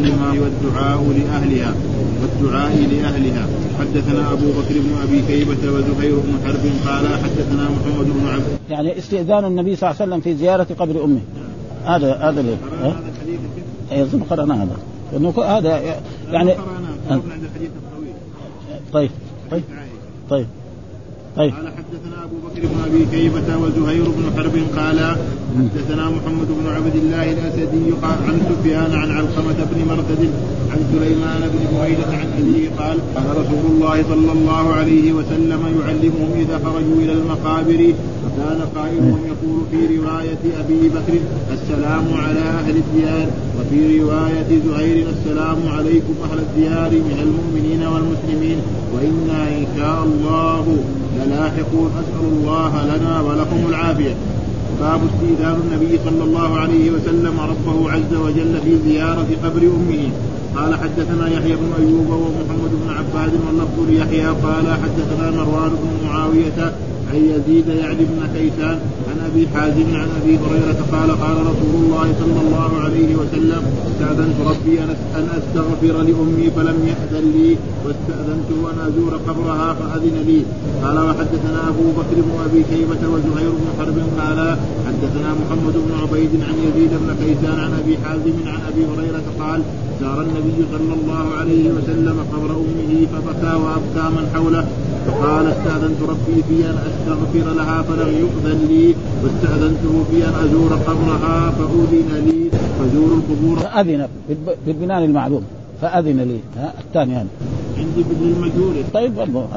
والنماء والدعاء لأهلها. حدثنا أبو بكر بن أبي كيبة وزهير بن حرب قال حدثنا محمد بن عبد. يعني استئذان النبي صلى الله عليه وسلم في زيارة قبر أمه. هذا الحديث يظن قرأنا هذا لأنه هذا يعني طيب قال حدثنا أبو بكر بن أبي كيبة وزهير بن حرب قال حدثنا محمد بن عبد الله الأسدي عن سفيان عن علقمة بن مرثد عن سليمان بن بريدة عن أبيه قال كان رسول الله صلى الله عليه وسلم يعلمهم إذا خرجوا إلى المقابر فكان قائلهم يقول في رواية أبي بكر السلام على أهل الديار وفي رواية زهير السلام عليكم أهل الديار من المؤمنين والمسلمين وإنا إن شاء الله للاحقون أسأل الله لنا ولكم العافية. باب استئذان النبي صلى الله عليه وسلم ربه عز وجل في زيارة قبر أمه. قال حدثنا يحيى بن أيوب ومحمد بن عباد واللفظ ليحيى قال حدثنا مروان بن معاوية عن يزيد يعني بن كيسان عن أبي حازم عن أبي هريرة قال قال رسول الله صلى الله عليه وسلم استأذنت ربي أن أستغفر لأمي فلم يأذن لي واستأذنته أن أزور قبرها فأذن لي. قال وحدثنا أبو بكر بن أبي شيبة وزهير بن حرب قال حدثنا محمد بن عبيد عن يزيد بن كيسان عن أبي حازم عن أبي هريرة قال زار النبي صلى الله عليه وسلم قبر أمه فبكى وأبكى من حوله فقال استأذنت ربي في أن أستغفر لها فلم يؤذن لي واستأذنته في أن أزور قبرها فأذن لي فزور القبور فأذن بالبنان المعلوم فأذن لي الثاني هذا عندي بالمجهول. طيب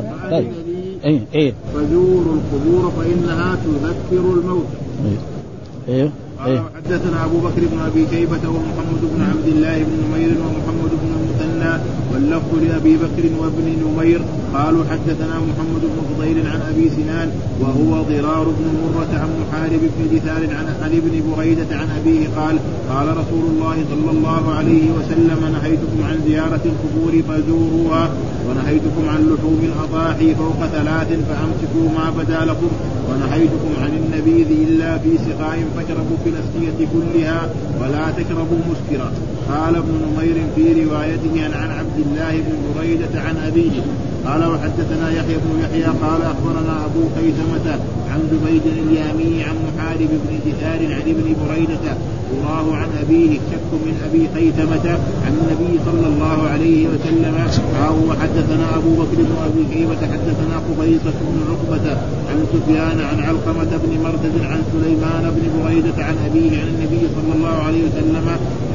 فزور القبور فإنها تذكر الموت. حدثنا أبو بكر بن أبي شيبة ومحمد بن عبد الله بن نمير ومحمد بن المثنى واللفظ لأبي بكر وابن نمير قالوا حدثنا محمد بن فضيل عن أبي سنان وهو ضرار بن مرة عن محارب بن دثار عن علي بن بريدة عن أبيه قال قال رسول الله صلى الله عليه وسلم نهيتكم عن زيارة القبور فزوروها ونهيتكم عن لحوم الأضاحي فوق 3 فأمسكوا ما بدا لكم ونهيتكم عن النبيذ إلا في سقاء فاشربوا في الأسقية كلها ولا تشربوا مسكرا. قال ابن نمير في روايته عن عبد الله بن بريدة عن أبيه قال وحدثنا يحيى بن يحيى قال أخبرنا أبو خيثمة عن زبيد اليامي عن محارب بن دثار عن ابن بريدة وراه عن أبيه شك من أبي خيثمة عن النبي صلى الله عليه وسلم. وحدثنا أبو بكر بن أبي شيبة حدثنا قبيصة بن عقبة عن سفيان عن علقمة بن مرثد عن سليمان بن بريدة عن أبيه عن النبي صلى الله عليه وسلم.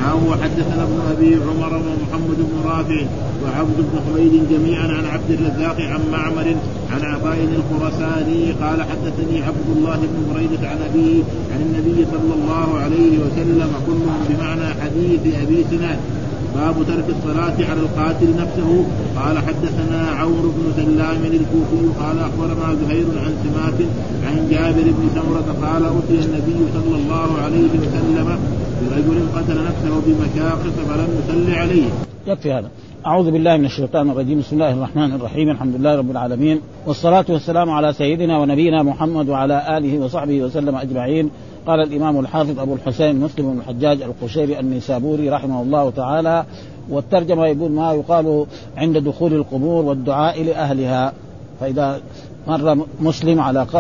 وحدثنا ابن أبي عمر ومحمد بن رافع وعبد بن حميد جميعا عن عبد الرزاق عن معمر عن عطاء الخرساني قال حدثني عبد الله بن بريدة عن أبيه عن النبي صلى الله عليه وسلم كلهم بمعنى حديث أبي سنان. باب ترك الصلاة على القاتل نفسه. قال حدثنا عمرو بن سلام الكوفي قال أخبرنا زهير عن سماك عن جابر بن سمرة قال أتي النبي صلى الله عليه وسلم برجل قتل نفسه بمشاقص فلم يصل عليه. يكفي هذا. أعوذ بالله من الشيطان الرجيم. بسم الله الرحمن الرحيم. الحمد لله رب العالمين والصلاة والسلام على سيدنا ونبينا محمد وعلى آله وصحبه وسلم أجمعين. قال الإمام الحافظ أبو الحسين مسلم بن الحجاج القشيري النيسابوري رحمه الله تعالى والترجمة يقول ما يقال عند دخول القبور والدعاء لأهلها. فإذا مر مسلم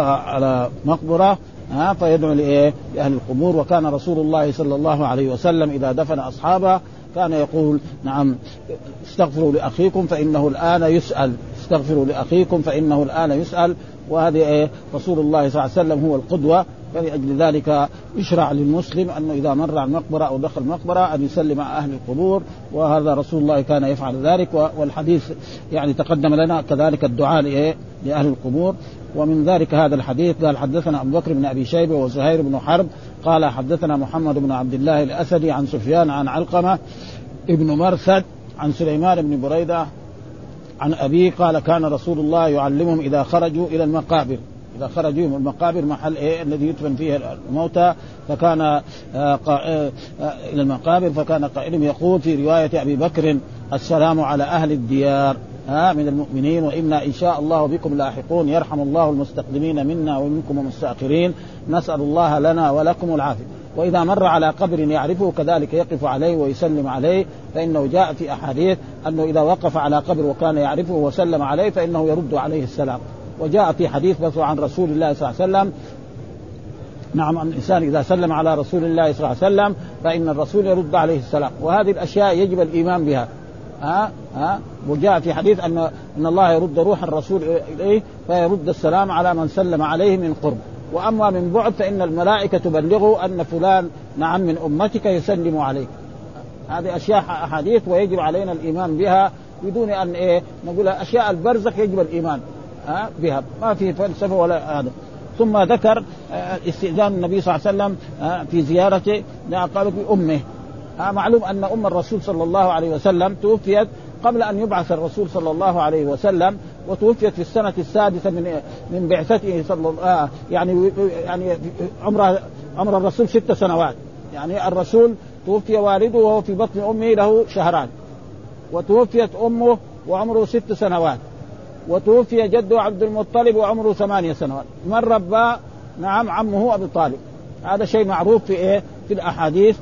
على مقبرة فيدعو لأهل القبور. وكان رسول الله صلى الله عليه وسلم إذا دفن أصحابه كان يقول نعم استغفروا لأخيكم فإنه الآن يسأل استغفروا لأخيكم فإنه الآن يسأل. وهذا رسول الله صلى الله عليه وسلم هو القدوة. فلأجل ذلك يشرع للمسلم أنه إذا مر عن مقبرة أو دخل مقبرة أن يسلم على أهل القبور. وهذا رسول الله كان يفعل ذلك. والحديث يعني تقدم لنا كذلك الدعاء لأهل القبور. ومن ذلك هذا الحديث قال حدثنا أبو بكر بن أبي شيبة وزهير بن حرب قال حدثنا محمد بن عبد الله الأسدي عن سفيان عن علقمة ابن مرثد عن سليمان بن بريدة عن أبيه قال كان رسول الله يعلمهم إذا خرجوا إلى المقابر إذا خرجوا من المقابر محل الذي يدفن فيه الموتى فكان إلى المقابر فكان قائلهم يقول في رواية أبي بكر السلام على أهل الديار من المؤمنين وإنا إن شاء الله بكم لاحقون يرحم الله المستقدمين منا ومنكم المستأخرين نسأل الله لنا ولكم العافية. وإذا مر على قبر يعرفه كذلك يقف عليه ويسلم عليه، فإنه جاء في أحاديث أنه إذا وقف على قبر وكان يعرفه وسلم عليه فإنه يرد عليه السلام. وجاء في حديث بس عن رسول الله صلى الله عليه وسلم نعم الإنسان إذا سلم على رسول الله صلى الله عليه وسلم فإن الرسول يرد عليه السلام. وهذه الأشياء يجب الإيمان بها. وجاء في حديث أن الله يرد روح الرسول إليه فيرد السلام على من سلم عليه من قرب، وأما من بعد فإن الملائكة تبلغه أن فلان نعم من أمتك يسلم عليك. هذه أشياء أحاديث ويجب علينا الإيمان بها بدون أن نقول أشياء البرزخ يجب الإيمان بها، ما في فلسفة ولا هذا. ثم ذكر استئذان النبي صلى الله عليه وسلم في زيارته قالوا بأمه. معلوم أن أم الرسول صلى الله عليه وسلم توفيت قبل أن يبعث الرسول صلى الله عليه وسلم، وتوفيت في السنة السادسة من بعثته صلى الله يعني عمر الرسول 6 سنوات. يعني الرسول توفي والده وهو في بطن أمه له شهران، وتوفيت أمه وعمره 6 سنوات، وتوفي جده عبد المطلب وعمره 8 سنوات. من ربى نعم عمه أبي طالب. هذا شيء معروف في في الأحاديث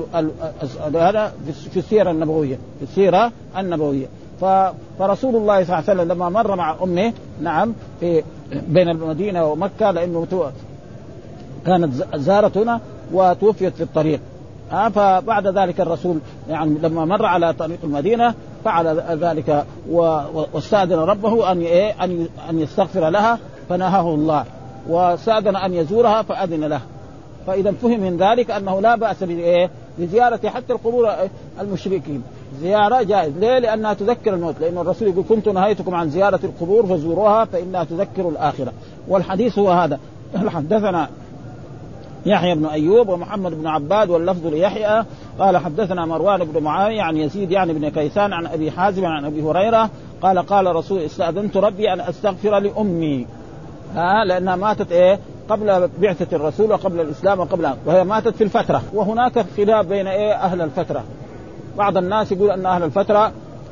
هذا في السيرة النبوية، في السيرة النبوية. فرسول الله صلى الله عليه وسلم لما مر مع أمه نعم في بين المدينة ومكة، لأنه كانت زارت هنا وتوفيت في الطريق. فبعد ذلك الرسول يعني لما مر على طريق المدينة فعل ذلك واستأذن ربه أن يستغفر لها فنهاه الله، واستأذن أن يزورها فأذن له. فإذا فهم من ذلك أنه لا بأس بزيارة حتى القبور المشركين، زيارة جائز. ليه؟ لأنها تذكر الموت، لأن الرسول يقول كنت نهيتكم عن زيارة القبور فزوروها فإنها تذكر الآخرة. والحديث هو هذا. حدثنا يحيى بن أيوب ومحمد بن عباد واللفظ ليحيى قال حدثنا مروان بن معاوية عن يزيد يعني بن كيسان عن أبي حازم عن أبي هريرة قال قال رسول استأذنت ربي أن أستغفر لأمي لأنها ماتت قبل بعثة الرسول وقبل الإسلام وهي ماتت في الفترة. وهناك خلاف بين أهل الفترة. بعض الناس يقول أن أهل الفترة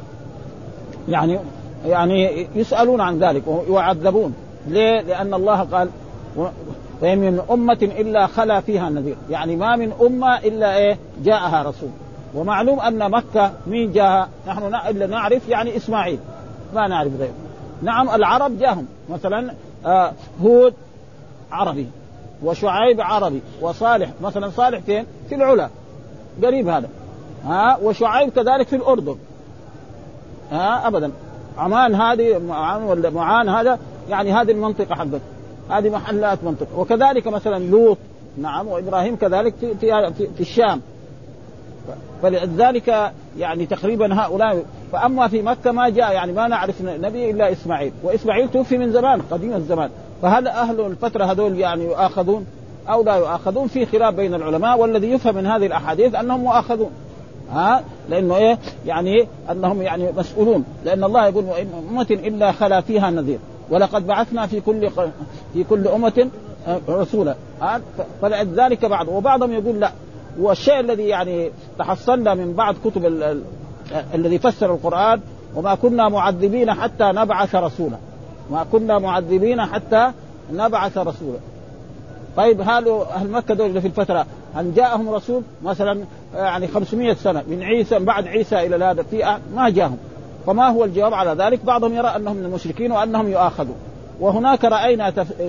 يعني يسألون عن ذلك ويعذبون. ليه؟ لأن الله قال وإن من أمة إلا خلا فيها النذير، يعني ما من أمة إلا جاءها رسول. ومعلوم أن مكة مين جاءها؟ نحن إلا نعرف يعني إسماعيل، ما نعرف غيره. نعم العرب جاءهم مثلا هود عربي وشعيب عربي وصالح، مثلا صالح فين؟ في العلا قريب هذا، وشعيب كذلك في الأردن، أبدا. عمان هذه معان هذا يعني هذه المنطقة حقت، هذه محلات منطقة. وكذلك مثلا لوط نعم وإبراهيم كذلك في الشام. فلذلك يعني تقريبا هؤلاء. فأما في مكة ما جاء، يعني ما نعرف نبي إلا إسماعيل، وإسماعيل توفي من زمان قديم الزمان. فهل أهل الفترة هذول يعني يؤاخذون أو لا يؤاخذون؟ في خلاف بين العلماء، والذي يفهم من هذه الأحاديث أنهم مؤاخذون، لأنه يعني أنهم يعني مسؤولون، لأن الله يقول وإن أمة إلا خلا فيها نذير ولقد بعثنا في كل أمة رسولا. فلذلك وبعضهم يقول لا. والشيء الذي يعني تحصلنا من بعض كتب الذي فسر القرآن وما كنا معذبين حتى نبعث رسولا، ما كنا معذبين حتى نبعث رسولا. طيب أهل مكة دول في الفترة هل جاءهم رسول مثلا يعني 500 سنة من عيسى بعد عيسى إلى هذا في ما جاءهم؟ فما هو الجواب على ذلك؟ بعضهم يرى أنهم من المشركين وأنهم يؤاخذون. وهناك رأينا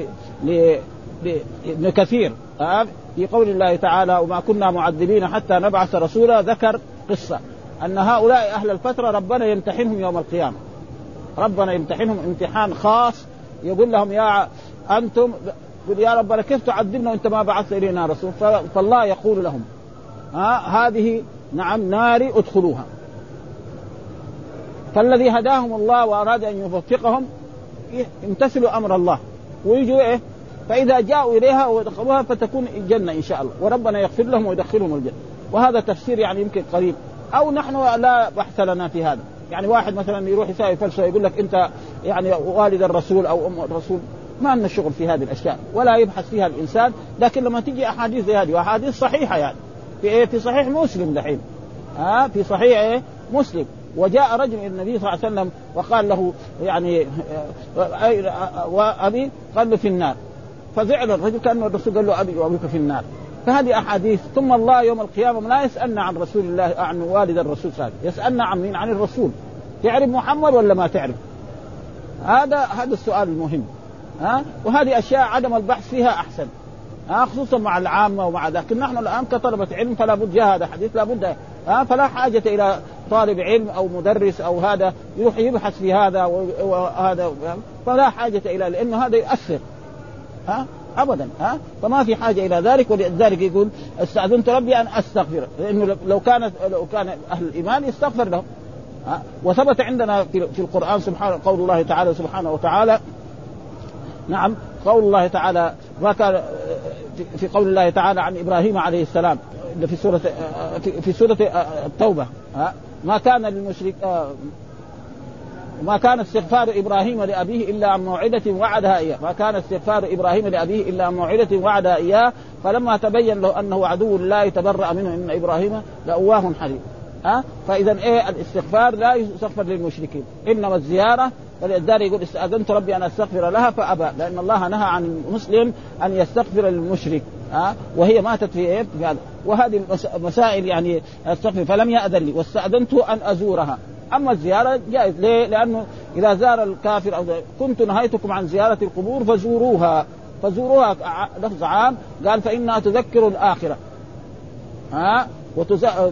لابن كثير في قول الله تعالى وما كنا معذبين حتى نبعث رسولا، ذكر قصة أن هؤلاء أهل الفترة ربنا يمتحنهم يوم القيامة، ربنا يمتحنهم امتحان خاص. يقول لهم يا أنتم يا ربنا كيف تعذبنا وأنت ما بعثت إلينا رسول؟ فالله يقول لهم هذه نعم ناري ادخلوها. فالذي هداهم الله وأراد أن يوفقهم امتثلوا أمر الله ويجوا فإذا جاءوا إليها ودخلوها فتكون الجنة إن شاء الله، وربنا يغفر لهم ويدخلهم الجنة. وهذا تفسير يعني يمكن قريب، أو نحن لا بحث لنا في هذا. يعني واحد مثلا يروح يساوي فلسفة يقول لك أنت يعني والد الرسول أو أم الرسول، ما لنا شغل في هذه الأشياء ولا يبحث فيها الإنسان. لكن لما تيجي أحاديث زي هذه وأحاديث صحيحة يعني في صحيح مسلم دحين في صحيح مسلم، وجاء رجل إلى النبي صلى الله عليه وسلم وقال له يعني وأبي قال له في النار، فزعل الرجل كأنه الرسول قال له أبي وأبيك في النار. فهذه أحاديث. ثم الله يوم القيامة لا يسألنا عن رسول الله، عن والد الرسول صلى الله عليه وسلم، يسألنا عن مين؟ عن الرسول. تعرف محمد ولا ما تعرف؟ هذا السؤال المهم. وهذه أشياء عدم البحث فيها أحسن، خصوصا مع العامة ومع ذلك. نحن الآن كطلبة علم فلا بد، جاء هذا حديث لا بد، فلا حاجة إلى طالب علم أو مدرس أو هذا يروح يبحث في هذا وهذا، فلا حاجة إلى، لأنه هذا يؤثر أبدا. فما في حاجة إلى ذلك. ولذلك يقول استأذنت ربي أن أستغفر، لأنه لو كان أهل الإيمان يستغفر لهم. وثبت عندنا في القرآن سبحانه قول الله تعالى سبحانه وتعالى، نعم، قول الله تعالى ما كان في قول الله تعالى عن إبراهيم عليه السلام في سورة التوبة، ما كان للمشرك ما كان استغفار إبراهيم لأبيه إلا عن موعدة وعدها إياه، ما كان استغفار إبراهيم لأبيه إلا عن موعدة وعدها إياه فلما تبين له أنه عدو لا تبرأ منه إن إبراهيم لأواه حليم. فإذا الاستغفار لا يستغفر للمشركين، إنما الزيارة. فلذلك يقول استأذنت ربي أن أستغفر لها فأبى، لأن الله نهى عن المسلم أن يستغفر للمشرك، وهي ماتت في هذا. وهذه مسائل يعني استغفر فلم يأذن لي واستأذنت أن أزورها. أما الزيارة جائز، ليه؟ لأنه إذا زار الكافر أو كنت نهيتكم عن زيارة القبور فزوروها لفظ عام، قال فإنها تذكر الآخرة، وتذكر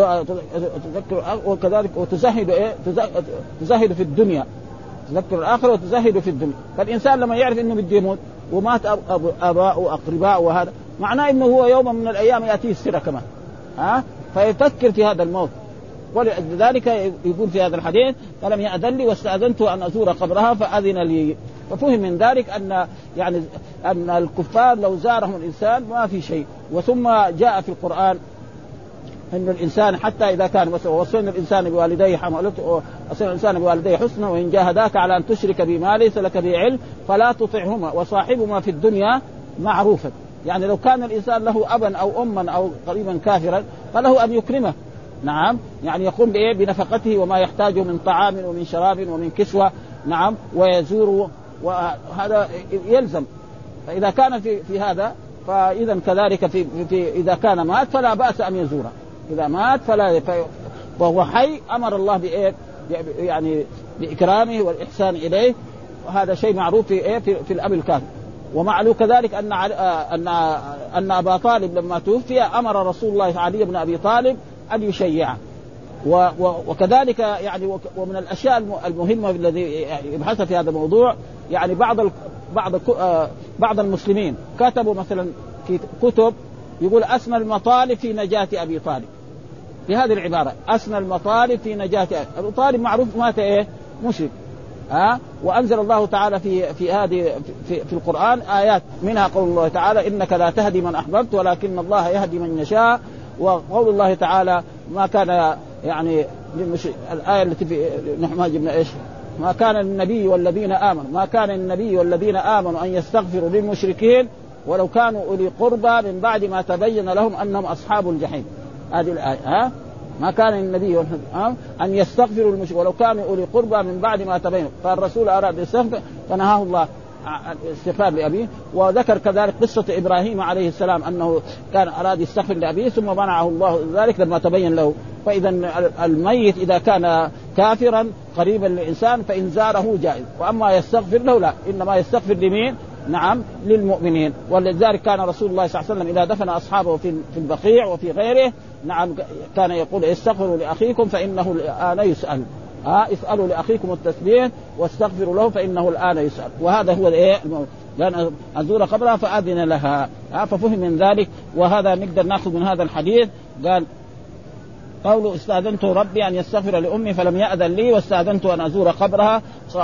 وكذلك وتزهد تزهد في الدنيا، تذكر الآخرة وتزهد في الدنيا. فالإنسان لما يعرف إنه بده يموت ومات أباء وأقرباء وهذا، معناه إنه هو يوم من الأيام يأتيه السيرة كمان، فيفكر في هذا الموت. ولذلك يقول في هذا الحديث فلم يأذن لي واستأذنت أن أزور قبرها فأذن لي. ففهم من ذلك أن الكفار لو زارهم الإنسان ما في شيء. وثم جاء في القرآن أن الإنسان حتى إذا كان وصينا الإنسان بوالديه حملته وصينا الإنسان بوالديه حسنا وإن جاهداك على أن تشرك بي ما ليس لك به علم فلا تطعهما وصاحبهما في الدنيا معروفا. يعني لو كان الإنسان له أبا أو أما أو قريبا كافرا فله أن يكرمه، نعم، يعني يقوم بنفقته وما يحتاجه من طعام ومن شراب ومن كسوة، نعم، ويزوره، وهذا يلزم. فإذا كان في هذا فإذا كذلك في إذا كان مات فلا بأس أن يزوره، إذا مات فلا وهو حي أمر الله يعني بإكرامه والإحسان إليه، وهذا شيء معروف في الأب الكافر. ومعلوم كذلك أن أبا طالب لما توفي أمر رسول الله علي بن أبي طالب أن يشيعه. وكذلك يعني ومن الأشياء المهمة الذي يبحث في هذا الموضوع، يعني بعض المسلمين كتبوا مثلا في كتب يقول أسمى المطالب في نجاة أبي طالب، بهذه العبارة أسمى المطالب في نجاة أبي طالب، معروف مات مشرك. وأنزل الله تعالى في هذه في القرآن آيات منها قول الله تعالى إنك لا تهدي من أحببت ولكن الله يهدي من يشاء. وقول الله تعالى ما كان يعني الآية التي في نحن جبنا إيش ما كان النبي والذين آمنوا ما كان النبي والذين آمنوا أن يستغفروا للمشركين ولو كانوا أولي قربى من بعد ما تبين لهم أنهم أصحاب الجحيم. هذه الآية ما كان النبي أن يستغفروا للمشركين ولو كانوا أولي قربى من بعد ما تبين. فالرسول أراد يستغفر فنهاه الله الاستغفار لأبيه. وذكر كذلك قصة إبراهيم عليه السلام أنه كان أراد يستغفر لأبيه ثم منعه الله ذلك لما تبين له. فإذا الميت إذا كان كافرا قريبا للإنسان فإن زاره جائز، وأما يستغفر له لا، إنما يستغفر لمين؟ نعم للمؤمنين. ولذلك كان رسول الله صلى الله عليه وسلم إذا دفن أصحابه في البقيع وفي غيره نعم كان يقول استغفروا لأخيكم فإنه الآن يسأل. اسألوا لأخيكم التسبيح واستغفروا له فإنه الآن يسأل. وهذا هو لأن أزور قبرها فأذن لها. ففهم من ذلك. وهذا نقدر نأخذ من هذا الحديث. قال قوله استأذنت ربي أن يستغفر لأمي فلم يأذن لي واستأذنت أن أزور قبرها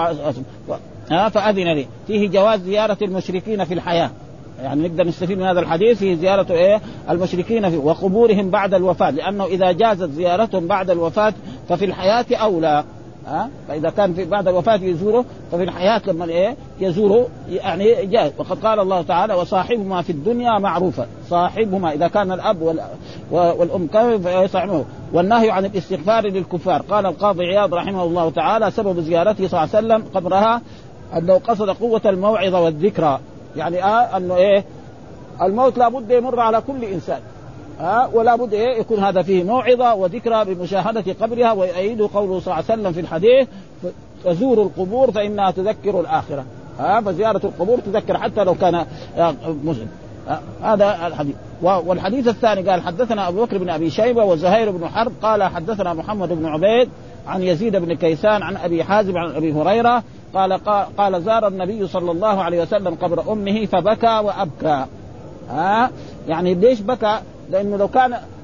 فأذن لي. فيه جواز زيارة المشركين في الحياة، يعني نقدر نستفيد من هذا الحديث فيه زيارة المشركين وقبورهم بعد الوفاة، لأنه إذا جازت زيارتهم بعد الوفاة ففي الحياة أولى. فإذا كان في بعد الوفاة يزوره ففي الحياة لما يزوره يعني جائز. وقد قال الله تعالى وصاحبهما في الدنيا معروفا. صاحبهما إذا كان الأب والأم فيصاحبه. والنهي عن الاستغفار للكفار. قال القاضي عياض رحمه الله تعالى سبب زيارته صلى الله عليه وسلم قبرها أنه قصد قوة الموعظة والذكرى، يعني أنه الموت لابد يمر على كل إنسان، ولا بد يكون هذا فيه موعظة وذكرى بمشاهدة قبرها. ويؤيد قوله صلى الله عليه وسلم في الحديث فزوروا القبور فإنها تذكر الآخرة. فزيارة القبور تذكر حتى لو كان مسلم. هذا الحديث. والحديث الثاني قال حدثنا أبو بكر بن أبي شيبة وزهير بن حرب قال حدثنا محمد بن عبيد عن يزيد بن كيسان عن أبي حازم عن أبي هريرة قال زار النبي صلى الله عليه وسلم قبر أمه فبكى وأبكى. يعني ليش بكى؟ لأنه لو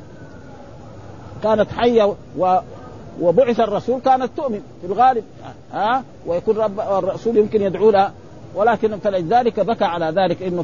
كانت حية وبعث الرسول كانت تؤمن في الغالب، ويكون الرسول يمكن يدعو لها، ولكن فلذلك بكى على ذلك إنه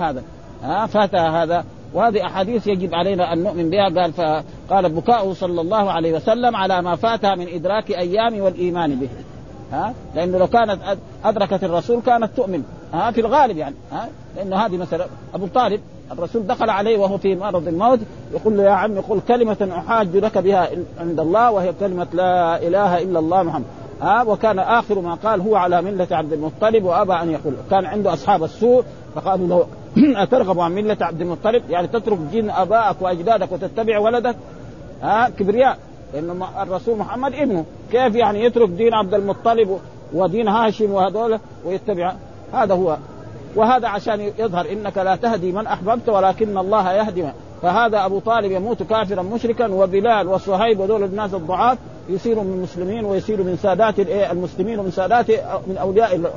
فاتها هذا. وهذه أحاديث يجب علينا أن نؤمن بها. قال بكاؤه صلى الله عليه وسلم على ما فاتها من إدراك أيام والإيمان به. لأنه لو كانت أدركت الرسول كانت تؤمن في الغالب يعني. لأنه هذه مثلا أبو طالب الرسول دخل عليه وهو في مرض الموت يقول له يا عم قل كلمة أحاج لك بها عند الله وهي كلمة لا إله إلا الله محمد. وكان آخر ما قال هو على ملة عبد المطلب وأبى أن يقول. كان عنده أصحاب السوء فقالوا له أترغب عن ملة عبد المطلب، يعني تترك دين أبائك وأجدادك وتتبع ولدك؟ كبرياء. لأن الرسول محمد ابنه، كيف يعني يترك دين عبد المطلب ودين هاشم وهذول ويتبع؟ هذا هو. وهذا عشان يظهر إنك لا تهدي من أحببت ولكن الله يهدي. فهذا أبو طالب يموت كافرا مشركا، وبلال وصهيب ودول الناس الضعاف يصيروا من المسلمين ويصيروا من سادات المسلمين ومن سادات من أولياء الله.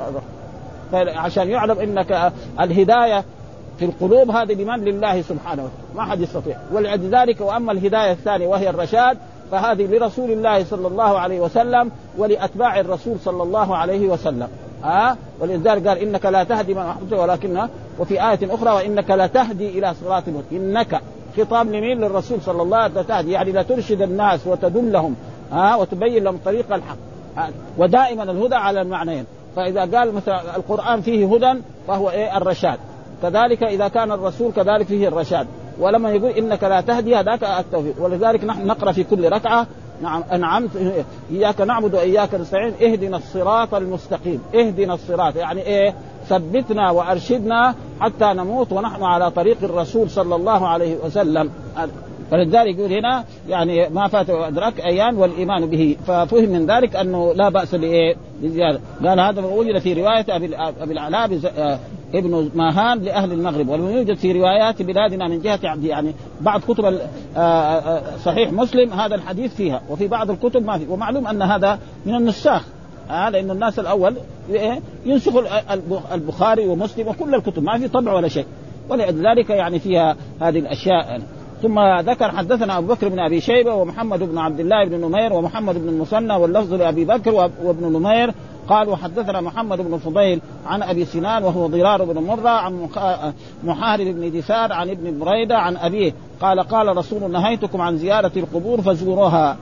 عشان يعلم إنك الهداية في القلوب هذه بمن لله سبحانه وتعالى، ما حد يستطيع. ولذلك وأما الهداية الثانية وهي الرشاد فهذه لرسول الله صلى الله عليه وسلم ولأتباع الرسول صلى الله عليه وسلم. ولذلك قال إنك لا تهدي من أحببت ولكن، وفي آية أخرى وإنك لا تهدي إلى صراط مستقيم. إنك خطاب لمين؟ للرسول صلى الله عليه وسلم. تهدي يعني لا ترشد الناس وتدلهم وتبين لهم طريق الحق. ودائما الهدى على المعنيين. فإذا قال مثلا القرآن فيه هدى فهو الرشاد، كذلك إذا كان الرسول كذلك فيه الرشاد. ولما يقول إنك لا تهدي هذاك التوفيق. ولذلك نحن نقرأ في كل ركعة نعم أنعمت إياك نعبد وإياك نستعين اهدنا الصراط المستقيم. اهدنا الصراط يعني ثبتنا وأرشدنا حتى نموت ونحن على طريق الرسول صلى الله عليه وسلم. فلذلك يقول هنا يعني ما فات أدرك أيام والإيمان به. ففهم من ذلك أنه لا بأس لزيادة. قال هذا وجد في رواية أبي العلاء ابن ماهان لأهل المغرب، ويوجد في روايات بلادنا من جهة عبد يعني بعض كتب صحيح مسلم هذا الحديث فيها، وفي بعض الكتب ما في. ومعلوم أن هذا من النساخ، لأن الناس الأول ينسخ البخاري ومسلم وكل الكتب ما في طبع ولا شيء، ولذلك يعني فيها هذه الأشياء يعني. ثم ذكر حدثنا أبو بكر بن أبي شيبة ومحمد بن عبد الله بن نمير ومحمد بن المثنى واللفظ لأبي بكر وابن نمير قالوا حدثنا محمد بن فضيل عن أبي سنان وهو ضرار بن مرة عن محارب بن دثار عن ابن بريدة عن أبيه قال رسول نهيتكم عن زيارة القبور فزوروها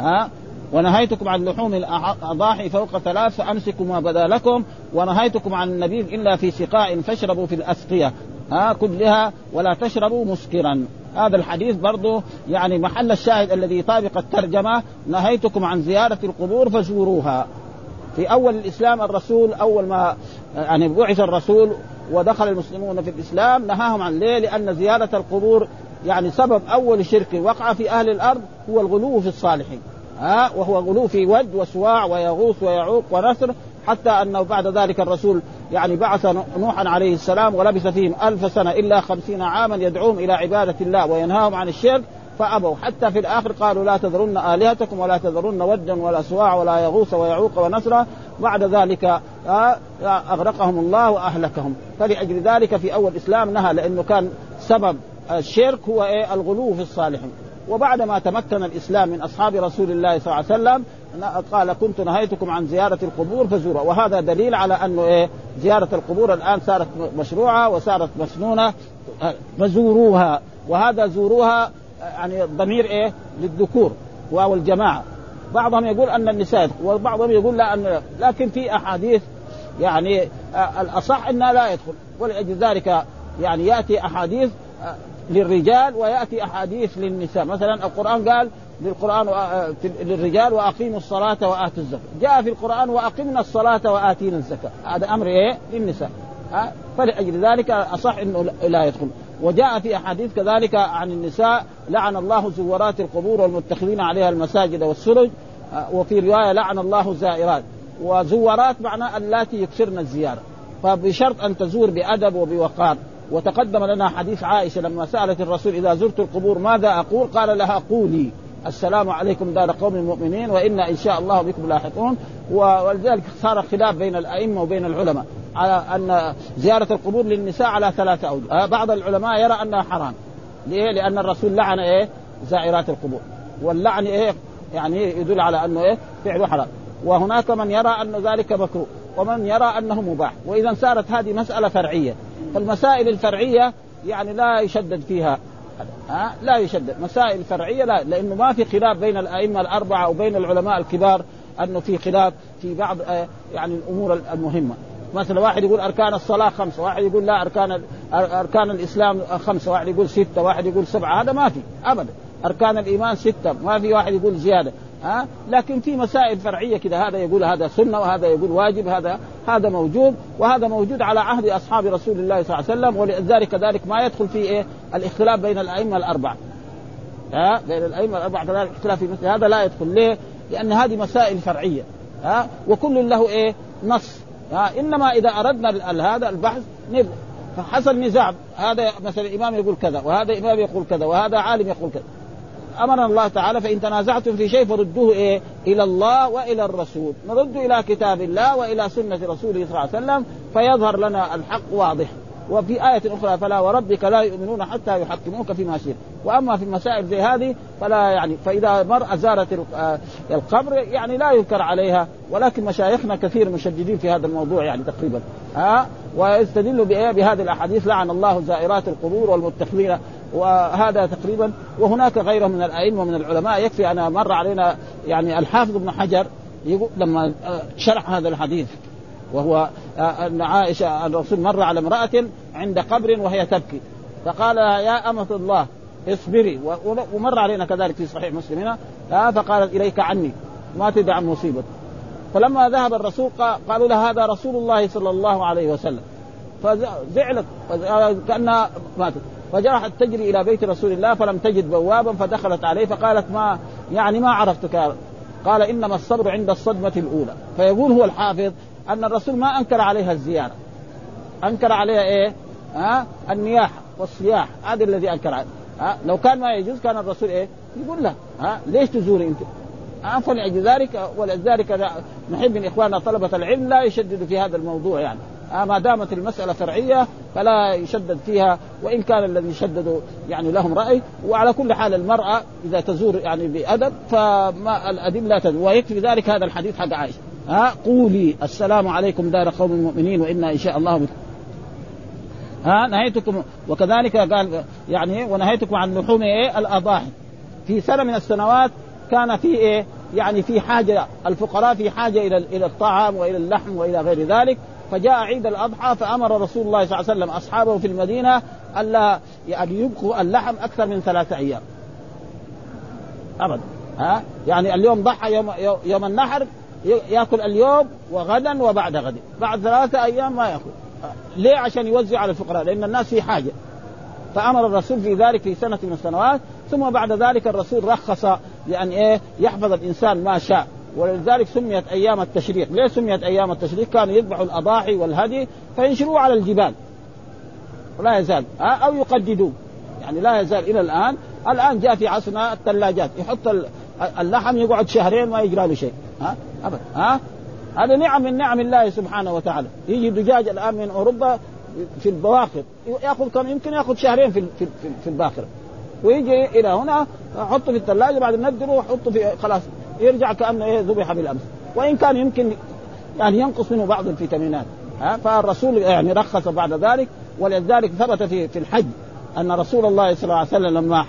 ونهيتكم عن لحوم الأضاحي فوق 3 فأمسكوا ما بدا لكم ونهيتكم عن النبيذ إلا في سقاء فاشربوا في الأسقية كلها ولا تشربوا مسكرا. هذا الحديث برضو يعني محل الشاهد الذي يطابق الترجمة نهيتكم عن زيارة القبور فزوروها. في أول الإسلام الرسول أول ما يعني بعث الرسول ودخل المسلمون في الإسلام نهاهم عن ليه؟ لأن زيارة القبور يعني سبب أول شرك وقع في أهل الأرض هو الغلو في الصالحين، وهو غلو في ود وسواع ويغوث ويعوق ونسر، حتى أنه بعد ذلك الرسول يعني بعث نوحا عليه السلام ولبث فيهم 1000 سنة إلا 50 عاما يدعوهم إلى عبادة الله وينهاهم عن الشرك فأبوا، حتى في الآخر قالوا لا تذرن آلهتكم ولا تذرن ودا ولا سواع ولا يغوث ويعوق ونسر. بعد ذلك أغرقهم الله وأهلكهم. فلأجل ذلك في أول الإسلام نهى، لأنه كان سبب الشرك هو الغلو في الصالحين. وبعد ما تمكن الإسلام من أصحاب رسول الله صلى الله عليه وسلم قال كنت نهيتكم عن زيارة القبور فزوروها. وهذا دليل على أنه زيارة القبور الآن صارت مشروعة وصارت مسنونة فزوروها. وهذا زوروها يعني ضمير للذكور والجماعة. بعضهم يقول أن النساء وبعضهم يقول لا أن، لكن في أحاديث يعني الأصح أنها لا يدخل. ولأجل ذلك يعني يأتي أحاديث للرجال ويأتي أحاديث للنساء. مثلا القرآن قال للرجال وأقيموا الصلاة وآتوا الزكاة، جاء في القرآن وأقمنا الصلاة وآتينا الزكاة، هذا أمر للنساء. فلأجل ذلك أصح أنه لا يدخل. وجاء في أحاديث كذلك عن النساء لعن الله زوارات القبور والمتخذين عليها المساجد والسرج، وفي رواية لعن الله زائرات. وزوارات معناه اللاتي يكثرن الزيارة، فبشرط أن تزور بأدب وبوقار. وتقدم لنا حديث عائشة لما سألت الرسول إذا زرت القبور ماذا أقول؟ قال لها قولي السلام عليكم دار قوم المؤمنين وإنا إن شاء الله بكم لاحقون. ولذلك صار خلاف بين الأئمة وبين العلماء على أن زيارة القبور للنساء على 3 أوجه. بعض العلماء يرى أنها حرام. ليه؟ لأن الرسول لعن زائرات القبور، واللعن يعني يدل على أنه فعله حرام. وهناك من يرى أن ذلك مكروه، ومن يرى أنه مباح. وإذا صارت هذه مسألة فرعية، فالمسائل الفرعية يعني لا يشدد فيها، لا يشدد مسائل فرعية لا، لأنه ما في خلاف بين الأئمة الأربعة وبين العلماء الكبار أنه في خلاف في بعض يعني الأمور المهمة. مثلا واحد يقول أركان الصلاة 5، واحد يقول لا أركان الإسلام 5، واحد يقول 6، واحد يقول 7. هذا ما في أبدا. أركان الإيمان 6، ما في واحد يقول زيادة. لكن في مسائل فرعية كده، هذا يقول هذا سنة وهذا يقول واجب، هذا موجود، وهذا موجود على عهد أصحاب رسول الله صلى الله عليه وسلم. ولذلك كذلك ما يدخل في الاختلاف بين الأئمة الأربعة، بين الأئمة الأربعة كذلك اختلاف في مثل هذا لا يدخل. ليه؟ لأن هذه مسائل فرعية، وكل له نص. إنما إذا أردنا هذا البحث فحصل نزاع، هذا مثلا الإمام يقول كذا، وهذا إمام يقول كذا، وهذا عالم يقول كذا. أمرنا الله تعالى فإن تنازعتم في شيء فردوه إلى الله وإلى الرسول، نرد إلى كتاب الله وإلى سنة رسوله صلى الله عليه وسلم فيظهر لنا الحق واضح. وفي آية أخرى فلا وربك لا يؤمنون حتى يحكموك فيما شئت. وأما في المسائل زي هذه فلا يعني، فإذا مرأة زارت القبر يعني لا ينكر عليها، ولكن مشايخنا كثير مشددين في هذا الموضوع يعني تقريبا ويستدلوا بهذه الأحاديث لعن الله زائرات القبور والمتخذين، وهذا تقريبا. وهناك غيره من الأئمة ومن العلماء. يكفي أنا مر علينا يعني الحافظ ابن حجر يقول لما شرح هذا الحديث، وهو أن عائشة الرسول مر على امرأة عند قبر وهي تبكي فقال يا أمة الله اصبري، ومر علينا كذلك في صحيح مسلم هنا فقالت إليك عني ما تدع مصيبة. فلما ذهب الرسول قالوا لها هذا رسول الله صلى الله عليه وسلم، فزعلت كأنها ماتت، فجاءت تجري إلى بيت رسول الله فلم تجد بوابا فدخلت عليه فقالت ما عرفتك. قال إنما الصبر عند الصدمة الأولى. فيقول هو الحافظ أن الرسول ما أنكر عليها الزيارة، أنكر عليها النياحة والصياح، هذا الذي أنكر عليه. لو كان ما يجوز كان الرسول يقول له ليش تزوري أنت؟ فلذلك ولذلك نحب من إخواننا طلبة العلم لا يشددوا في هذا الموضوع يعني. ما دامت المسألة فرعية فلا يشدد فيها، وإن كان الذي يشددوا يعني لهم رأي. وعلى كل حال المرأة إذا تزور يعني بأدب فما الأدلة تدل، ويكفي ذلك هذا الحديث حق عائشة قولي السلام عليكم دار قوم المؤمنين وإنا إن شاء الله بكم. نهيتكم، وكذلك قال يعني ونهيتكم عن لحوم الأضاحي. في سنة من السنوات كان في يعني في حاجة، الفقراء في حاجة إلى الطعام وإلى اللحم وإلى غير ذلك. فجاء عيد الأضحى فأمر رسول الله صلى الله عليه وسلم أصحابه في المدينة ألا يعني يبقوا اللحم أكثر من 3 أيام أبدا. يعني اليوم ضحى يوم النحر يأكل اليوم وغدا وبعد غد، بعد 3 أيام ما يأكل. ليه؟ عشان يوزع على الفقراء، لأن الناس في حاجة. فأمر الرسول في ذلك في سنة من السنوات. ثم بعد ذلك الرسول رخص لأن يحفظ الإنسان ما شاء، ولذلك سميت أيام التشريق. ليه سميت أيام التشريق؟ كانوا يذبحوا الأضاحي والهدي فينشروه على الجبال ولا يزال أو يقددوه، يعني لا يزال إلى الآن جاء في عصرنا الثلاجات يحط اللحم يقعد 2 ما يجرى له شيء أبدا. هذا نعم من نعم الله سبحانه وتعالى. يجي دجاج الآن من أوروبا في البواخر يأخذ كم يمكن يأخذ 2 في الباخرة، ويجي إلى هنا حطه في الثلاجة بعد ندره وحطه في خلاص يرجع كأنه ذبح بالأمس، وإن كان يمكن يعني ينقص منه بعض الفيتامينات. فالرسول يعني رخص بعد ذلك. ولذلك ثبت في الحج أن رسول الله صلى الله عليه وسلم لما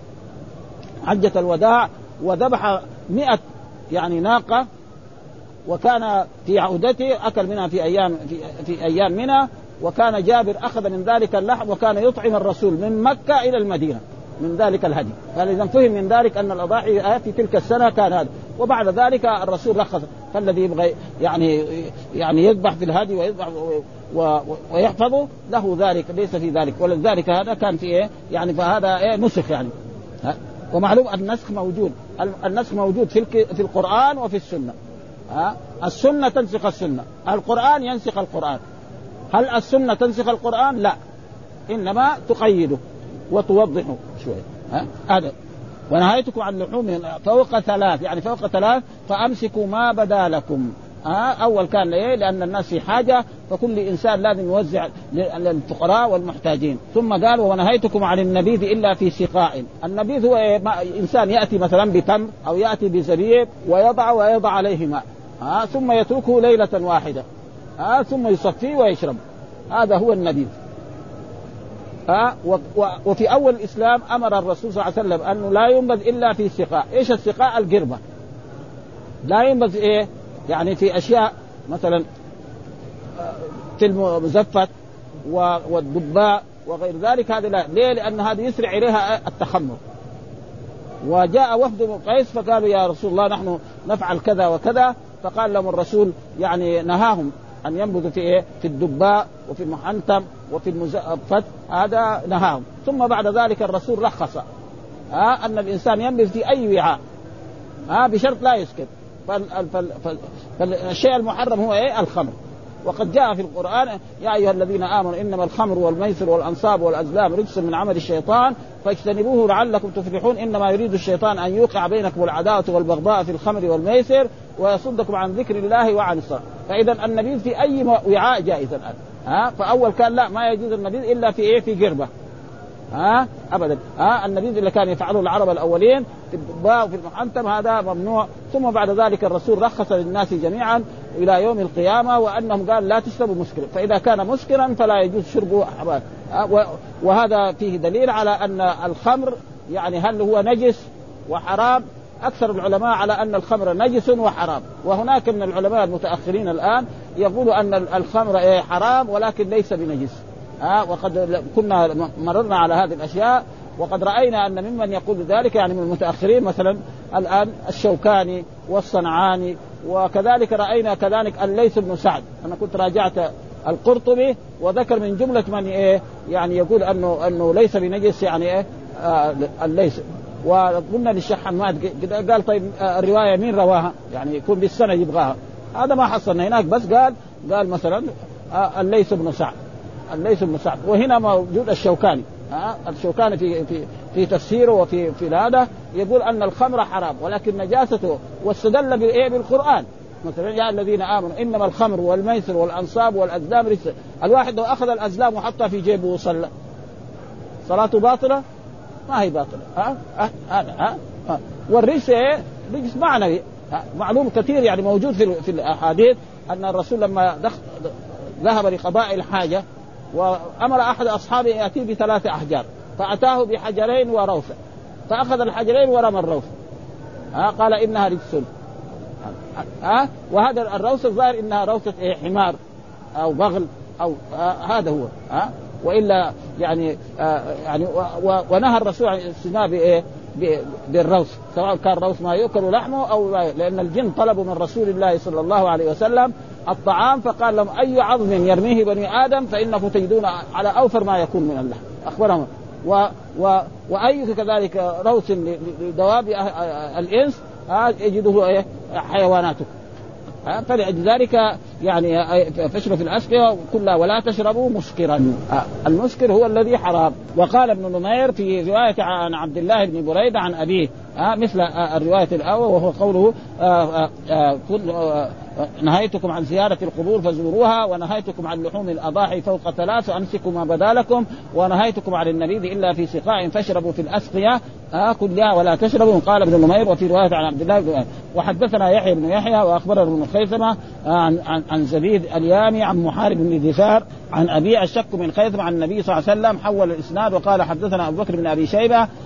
حجة الوداع وذبح 100 يعني ناقة، وكان في عودته أكل منها في أيام منها. وكان جابر أخذ من ذلك اللحم وكان يطعم الرسول من مكة إلى المدينة، من ذلك الهدي. فإذا فهم من ذلك أن الأضاحي في تلك السنة كان هذا. وبعد ذلك الرسول رخص، فالذي يبغى يعني يذبح في الهدي ويذبح ويحفظه له ذلك، ليس في ذلك. ولذلك هذا كان في إيه يعني، فهذا إيه نسخ يعني. ومعلوم النسخ موجود، النسخ موجود في القرآن وفي السنة. السنة تنسخ السنة، القرآن ينسخ القرآن. هل السنة تنسخ القرآن؟ لا، إنما تقيده وتوضحه شوية. هذا ونهايتكم عن لحوم فوق 3، يعني فوق 3 فأمسكوا ما بدا لكم. أول كان ليه؟ لأن الناس في حاجة، فكل إنسان لازم يوزع للفقراء والمحتاجين. ثم قال ونهيتكم عن النبيذ إلا في سقاء. النبيذ هو إنسان يأتي مثلا بتمر أو يأتي بزبيب ويضع عليه ماء، ثم يتركه ليلة واحدة، ثم يصفيه ويشرب. هذا هو النبيذ. وفي أول الإسلام أمر الرسول صلى الله عليه وسلم أنه لا ينبذ إلا في سقاء. إيش السقاء؟ القربة. لا ينبذ إيه يعني في أشياء مثلا في المزفت والدباء وغير ذلك، هذا لا. ليه؟ لأن هذا يسرع إليها التخمر. وجاء وفد من قيس فقالوا يا رسول الله نحن نفعل كذا وكذا، فقال لهم الرسول يعني نهاهم أن ينبذوا في إيه؟ في الدباء وفي المحنتم وفي المزفت، هذا نهاهم. ثم بعد ذلك الرسول رخص أن الإنسان ينبذ في أي وعاء بشرط لا يسكت. فالشيء المحرم هو إيه؟ الخمر. وقد جاء في القرآن يا أيها الذين آمنوا إنما الخمر والميسر والأنصاب والأزلام رجس من عمل الشيطان فاجتنبوه لعلكم تفلحون إنما يريد الشيطان أن يوقع بينكم العداوة والبغضاء في الخمر والميسر ويصدكم عن ذكر الله وعن الصلاة. فإذا النبيذ في أي وعاء جائز الآن. فأول كان لا، ما يجوز النبيذ إلا في إيه؟ في قربة. أبدا. النبيذ اللي كان يفعله العرب الأولين في الدباء وفي المحنتم هذا ممنوع. ثم بعد ذلك الرسول رخص للناس جميعا إلى يوم القيامة، وأنهم قال لا تشربوا مسكرا، فإذا كان مسكرا فلا يجوز شربه. وهذا فيه دليل على أن الخمر يعني هل هو نجس وحرام. أكثر العلماء على أن الخمر نجس وحرام، وهناك من العلماء المتأخرين الآن يقولوا أن الخمر حرام ولكن ليس بنجس. وقد كنا مررنا على هذه الأشياء، وقد رأينا أن ممن يقول ذلك يعني من المتأخرين مثلا الآن الشوكاني والصنعاني، وكذلك رأينا كذلك الليث بن سعد. أنا كنت راجعت القرطبي وذكر من جملة من يعني يقول أنه ليس بنجس يعني الليث. وقلنا للشيخ حماد قال طيب الرواية مين رواها؟ يعني يكون بالسنة يبغاها. هذا ما حصلنا هناك، بس قال مثلا الليث بن سعد، الليث بن سعد. وهنا موجود الشوكاني، الشوكاني في تفسيره وفي هذا يقول أن الخمر حرام ولكن نجاسته، واستدل بالقرآن مثلا يا الذين آمنوا إنما الخمر والميسر والأنصاب والأزلام رجس. الواحد لو أخذ الأزلام وحطها في جيبه وصلى صلاته باطلة؟ ما هي باطلة. والرجس رجس معنوي معلوم كثير يعني موجود في الأحاديث أن الرسول لما ذهب لقضاء الحاجة وأمر أحد أصحابه يأتي ب3 أحجار، فأتاه بحجرين وروثة، فأخذ الحجرين ورمى الروث. قال إنها رجس. وهذا الروث الظاهر إنها روثة حمار أو بغل أو هذا هو. وإلا يعني ونهى الرسول عن الاستثناء بالروث، سواء كان روث ما يؤكل لحمه أو لأن الجن طلبوا من رسول الله صلى الله عليه وسلم الطعام، فقال لهم أي عظم يرميه بني آدم فإنكم تجدون على أوفر ما يكون من اللحم. أخبرهم وأي كذلك روث لدواب الإنس يجده حيواناتكم. فلذلك يعني فاشربوا في الأسقية كلها ولا تشربوا مسكرا. المسكر هو الذي حرام. وقال ابن نمير في رواية عن عبد الله بن بريدة عن أبيه مثل الرواية الأول، وهو قوله نهيتكم عن زيارة القبور فزوروها، ونهيتكم عن لحوم الأضاحي فوق 3 فأمسكوا ما بدا لكم، ونهيتكم عن النبيذ إلا في سقاء فاشربوا في الأسقية كلها ولا تشربوا. قال ابن نمير. وفي رواية عن عبد الله بن وحدثنا يحيى بن يحيى وأخبرنا ابن خيثمة عن زبيد اليامي عن محارب بن دثار عن أبي الشك من خيثمة عن النبي صلى الله عليه وسلم حول الإسناد وقال حدثنا أبو بكر بن أبي شيبة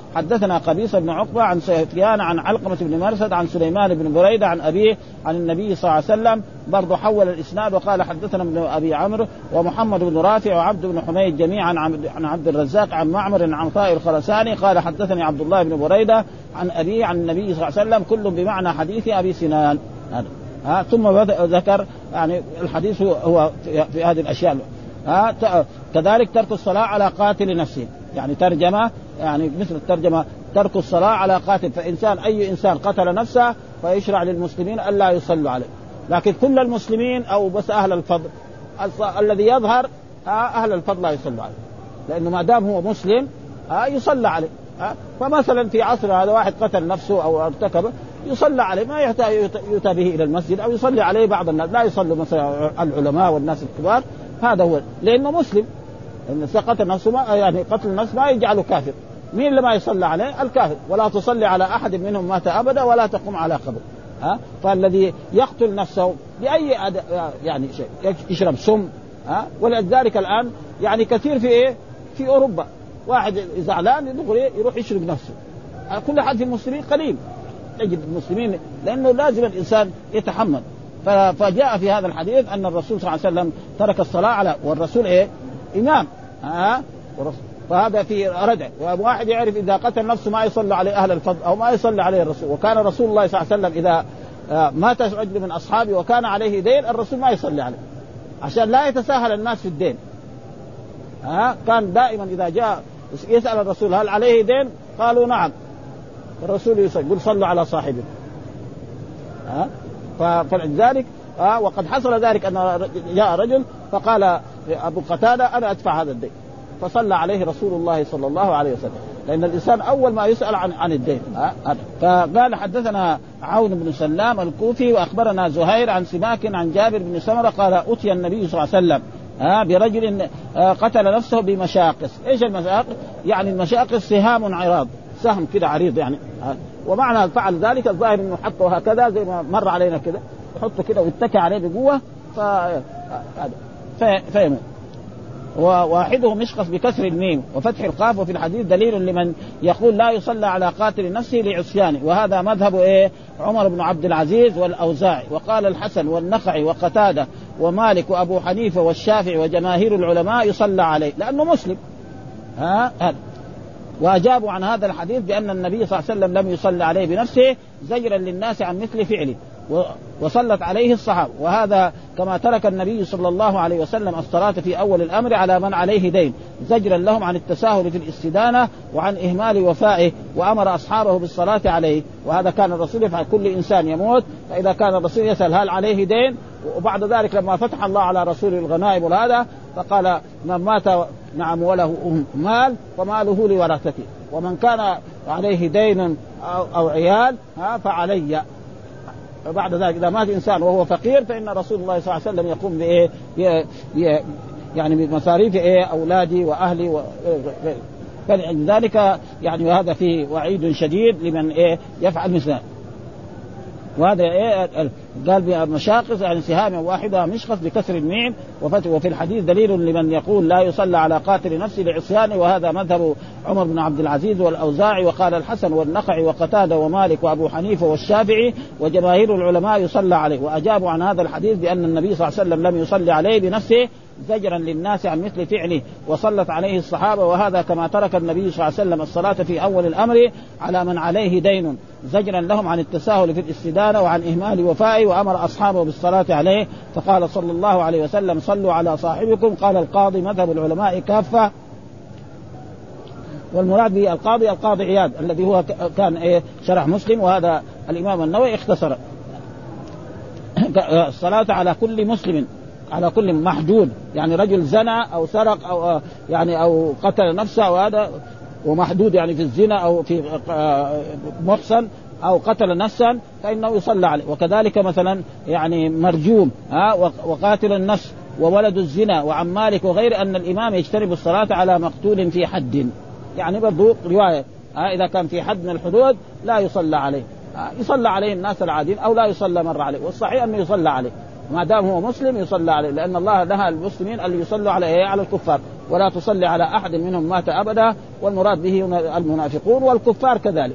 حدثنا قبيصة بن عقبة عن سفيان عن علقمة بن مرثد عن سليمان بن بريدة عن أبيه عن النبي صلى الله عليه وسلم. برضو حول الإسناد وقال حدثنا ابن أبي عمرو ومحمد بن رافع وعبد بن حميد جميعا عن عبد الرزاق عن معمر عن عطاء الخرساني قال حدثني عبد الله بن بريدة عن أبيه عن النبي صلى الله عليه وسلم كل بمعنى حديث أبي سنان. ثم ذكر يعني الحديث هو في هذه الأشياء. كذلك ترك الصلاة على قاتل نفسه، يعني ترجمة يعني مثل الترجمة ترك الصلاة على قاتل، فإنسان أي إنسان قتل نفسه فيشرع للمسلمين ألا يصلوا عليه، لكن كل المسلمين أو بس أهل الفضل الذي يظهر أهل الفضل لا يصلوا عليه، لأنه ما دام هو مسلم يصلى عليه. فمثلا في عصر هذا واحد قتل نفسه أو ارتكب يصلى عليه، ما يحتاج يؤتى به إلى المسجد أو يصلي عليه بعض الناس، لا يصلوا مثلا العلماء والناس الكبار، هذا هو لأنه مسلم. إن قتل نفسه يعني قتل النفس ما يجعله كافر. مين اللي ما يصلى عليه؟ الكافر. ولا تصلي على أحد منهم مات أبدا ولا تقوم على قبره. فالذي يقتل نفسه بأي يعني شيء يشرب سم، ولذلك الآن يعني كثير في أوروبا واحد زعلان يروح يشرب نفسه. كل حد في المسلمين قليل تجد المسلمين، لأنه لازم الإنسان يتحمل. فجاء في هذا الحديث أن الرسول صلى الله عليه وسلم ترك الصلاة على، والرسول إمام، فهذا في ردع. وواحد يعرف إذا قتل نفسه ما يصلي عليه أهل الفضل أو ما يصلي عليه الرسول. وكان رسول الله صلى الله عليه وسلم إذا مات رجل من أصحابه وكان عليه دين الرسول ما يصلي عليه عشان لا يتساهل الناس في الدين. كان دائما إذا جاء يسأل الرسول هل عليه دين؟ قالوا نعم. الرسول يقول صلوا على صاحبه. فلذلك وقد حصل ذلك أن جاء رجل فقال أبو قتادة أنا أدفع هذا الدين، فصلى عليه رسول الله صلى الله عليه وسلم، لأن الإنسان أول ما يسأل عن الدين. فقال حدثنا عون بن سلام الكوفي وأخبرنا زهير عن سماك عن جابر بن سمرة قال أتي النبي صلى الله عليه وسلم برجل قتل نفسه بمشاقص. إيش المشاقص؟ يعني المشاقص سهام عراض، سهم كده عريض يعني. ومعنى فعل ذلك الظاهر انه حطه هكذا زي ما مر علينا كده، يحطه كده ويتكى عليه بقوه فيموت. وواحده مشخص بكسر الميم وفتح القاف. وفي الحديث دليل لمن يقول لا يصلى على قاتل نفسه لعصيانه، وهذا مذهب عمر بن عبد العزيز والأوزاعي. وقال الحسن والنخعي وقتادة ومالك وأبو حنيفة والشافعي وجماهير العلماء يصلى عليه لأنه مسلم. وأجابوا عن هذا الحديث بأن النبي صلى الله عليه وسلم لم يصلي عليه بنفسه زجرا للناس عن مثل فعله، وصلت عليه الصحابة. وهذا كما ترك النبي صلى الله عليه وسلم الصلاة في أول الأمر على من عليه دين زجرا لهم عن التساهل في الاستدانة وعن إهمال وفائه، وأمر أصحابه بالصلاة عليه. وهذا كان الرسول يفعل، كل إنسان يموت فإذا كان الرسول يسأل هل عليه دين. وبعد ذلك لما فتح الله على رسول الغنائم وهذا فقال من مات نعم وله مال فماله لورثته، ومن كان عليه دين أو عيال فعلي. بعد ذلك إذا مات إنسان وهو فقير فإن رسول الله صلى الله عليه وسلم يقوم يعني بمصاريف أولادي وأهلي فلذلك يعني هذا فيه وعيد شديد لمن يفعل مثله. وهذا قال بمشاقص يعني سهام واحدة مشخص بكسر الميم وفتح. وفي الحديث دليل لمن يقول لا يصلى على قاتل نفسه لعصيانه، وهذا مذهب عمر بن عبد العزيز والأوزاعي. وقال الحسن والنخعي وقتادة ومالك وأبو حنيفة والشافعي وجماهير العلماء يصلى عليه. وأجابوا عن هذا الحديث بأن النبي صلى الله عليه وسلم لم يصلي عليه بنفسه زجرا للناس عن مثل فعله وصلت عليه الصحابة. وهذا كما ترك النبي صلى الله عليه وسلم الصلاة في أول الأمر على من عليه دين زجرا لهم عن التساهل في الاستدانة وعن إهمال وفائه، وأمر أصحابه بالصلاة عليه. فقال صلى الله عليه وسلم صلوا على صاحبكم. قال القاضي مذهب العلماء كافة، والمراد به القاضي عياض الذي هو كان شرح مسلم، وهذا الإمام النووي اختصر الصلاة على كل مسلم، على كل محدود، يعني رجل زنى أو سرق أو يعني أو قتل نفسه أو هذا ومحدود يعني في الزنا أو في محصن أو قتل نفسا فإنه يصلى عليه. وكذلك مثلا يعني مرجوم وقاتل النفس وولد الزنا وعن مالك وغير أن الإمام يجتنب الصلاة على مقتول في حد، يعني برضو رواية إذا كان في حد من الحدود لا يصلى عليه، يصلى عليه الناس العادين أو لا يصلى مرة عليه، والصحيح أنه يصلى عليه ما دام هو مسلم يصلى عليه، لأن الله نهى المسلمين أن يصلوا على الكفار، ولا تصلي على أحد منهم مات أبدا، والمراد به المنافقون والكفار كذلك.